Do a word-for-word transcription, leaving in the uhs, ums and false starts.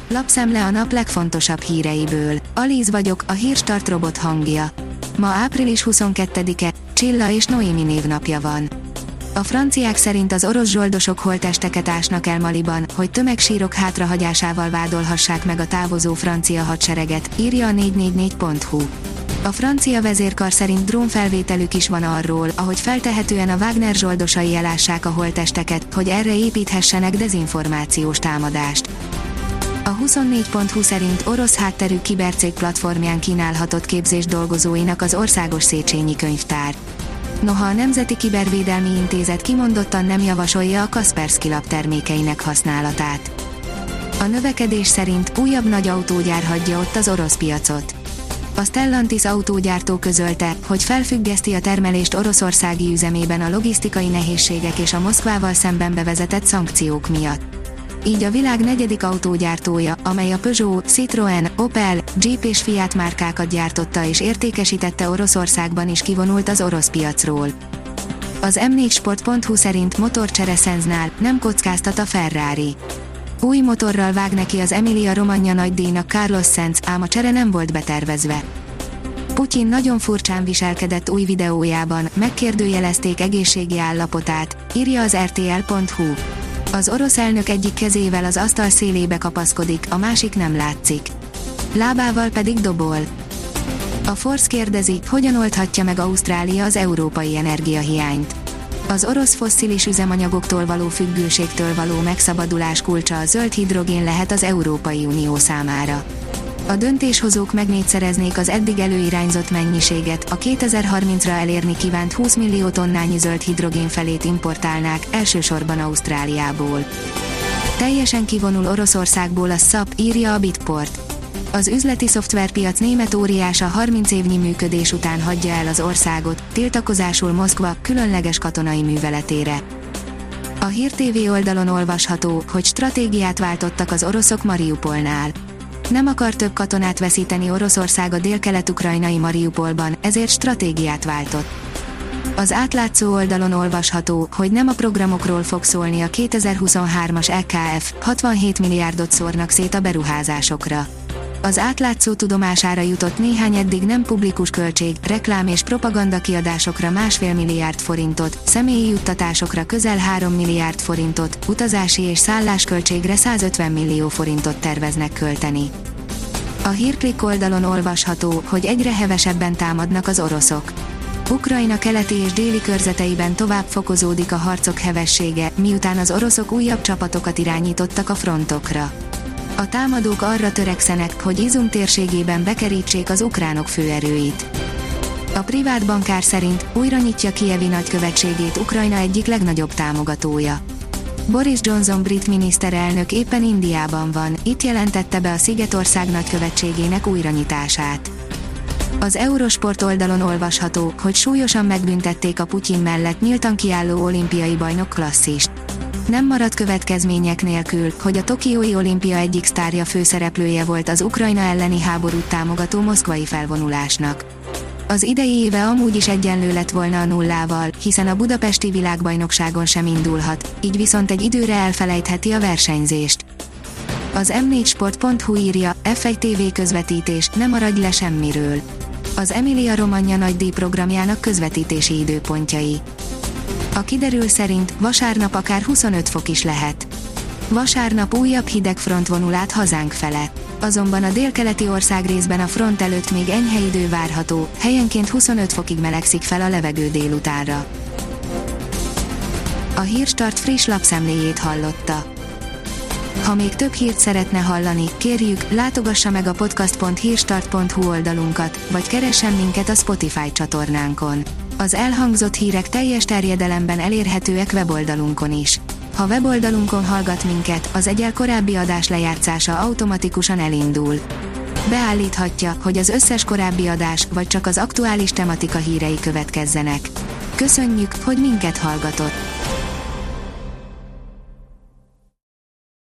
Lapszemle a nap legfontosabb híreiből. Alíz vagyok, a Hírstart robot hangja. Ma április huszonkettedike, Csilla és Noémi névnapja van. A franciák szerint az orosz zsoldosok holttesteket ásnak el Maliban, hogy tömegsírok hátrahagyásával vádolhassák meg a távozó francia hadsereget, írja a négy négy négy pont hu. A francia vezérkar szerint drónfelvételük is van arról, ahogy feltehetően a Wagner zsoldosai elássák a holttesteket, hogy erre építhessenek dezinformációs támadást. A huszonnégy pont hu szerint orosz hátterű kibercég platformján kínálhatott képzés dolgozóinak az Országos Széchenyi Könyvtár. Noha a Nemzeti Kibervédelmi Intézet kimondottan nem javasolja a Kaspersky Lab termékeinek használatát. A növekedés szerint újabb nagy autógyár hagyja ott az orosz piacot. A Stellantis autógyártó közölte, hogy felfüggeszti a termelést oroszországi üzemében a logisztikai nehézségek és a Moszkvával szemben bevezetett szankciók miatt. Így a világ negyedik autógyártója, amely a Peugeot, Citroën, Opel, Jeep és Fiat márkákat gyártotta és értékesítette Oroszországban is kivonult az orosz piacról. Az em négy sport pont hu szerint motorcsere Sainznál nem kockáztat a Ferrari. Új motorral vág neki az Emilia-Romagna nagydíjnak Carlos Sainz, ám a csere nem volt betervezve. Putyin nagyon furcsán viselkedett új videójában, megkérdőjelezték egészségi állapotát, írja az er té el pont hu. Az orosz elnök egyik kezével az asztal szélébe kapaszkodik, a másik nem látszik. Lábával pedig dobol. A Force kérdezi, hogyan oldhatja meg Ausztrália az európai energiahiányt. Az orosz fosszilis üzemanyagoktól való függőségtől való megszabadulás kulcsa a zöld hidrogén lehet az Európai Unió számára. A döntéshozók megnégyszereznék az eddig előirányzott mennyiséget, a kétezer-harmincra elérni kívánt húsz millió tonnányi zöld hidrogén felét importálnák, elsősorban Ausztráliából. Teljesen kivonul Oroszországból a szap, írja a Bitport. Az üzleti szoftverpiac német óriása harminc évnyi működés után hagyja el az országot, tiltakozásul Moszkva különleges katonai műveletére. A Hír té vé oldalon olvasható, hogy stratégiát váltottak az oroszok Mariupolnál. Nem akar több katonát veszíteni Oroszország a délkelet-ukrajnai Mariupolban, ezért stratégiát váltott. Az átlátszó oldalon olvasható, hogy nem a programokról fog szólni a kétezer-huszonhármas é ká ef, hatvanhét milliárdot szórnak szét a beruházásokra. Az átlátszó tudomására jutott néhány eddig nem publikus költség, reklám és propaganda kiadásokra másfél milliárd forintot, személyi juttatásokra közel három milliárd forintot, utazási és szállásköltségre százötven millió forintot terveznek költeni. A Hírklik oldalon olvasható, hogy egyre hevesebben támadnak az oroszok. Ukrajna keleti és déli körzeteiben tovább fokozódik a harcok hevessége, miután az oroszok újabb csapatokat irányítottak a frontokra. A támadók arra törekszenek, hogy Izum térségében bekerítsék az ukránok főerőit. A privát bankár szerint újra nyitja Kijevi nagykövetségét Ukrajna egyik legnagyobb támogatója. Boris Johnson brit miniszterelnök éppen Indiában van, itt jelentette be a Szigetország nagykövetségének újranyitását. Az Eurosport oldalon olvasható, hogy súlyosan megbüntették a Putyin mellett nyíltan kiálló olimpiai bajnok klasszist. Nem maradt következmények nélkül, hogy a tokiói olimpia egyik sztárja főszereplője volt az Ukrajna elleni háborút támogató moszkvai felvonulásnak. Az idei éve amúgy is egyenlő lett volna a nullával, hiszen a budapesti világbajnokságon sem indulhat, így viszont egy időre elfelejtheti a versenyzést. Az em négy sport pont hu írja, ef egy té vé közvetítés, ne maradj le semmiről. Az Emilia-Romagna nagydíj programjának közvetítési időpontjai. A kiderül szerint vasárnap akár huszonöt fok is lehet. Vasárnap újabb hideg front vonul át hazánk fele. Azonban a délkeleti országrészben a front előtt még enyhe idő várható, helyenként huszonöt fokig melegszik fel a levegő délutánra. A Hírstart friss lapszemléjét hallotta. Ha még több hírt szeretne hallani, kérjük, látogassa meg a podcast pont hírstart pont hu oldalunkat, vagy keressen minket a Spotify csatornánkon. Az elhangzott hírek teljes terjedelemben elérhetőek weboldalunkon is. Ha weboldalunkon hallgat minket, az egyel korábbi adás lejátszása automatikusan elindul. Beállíthatja, hogy az összes korábbi adás, vagy csak az aktuális tematika hírei következzenek. Köszönjük, hogy minket hallgatott!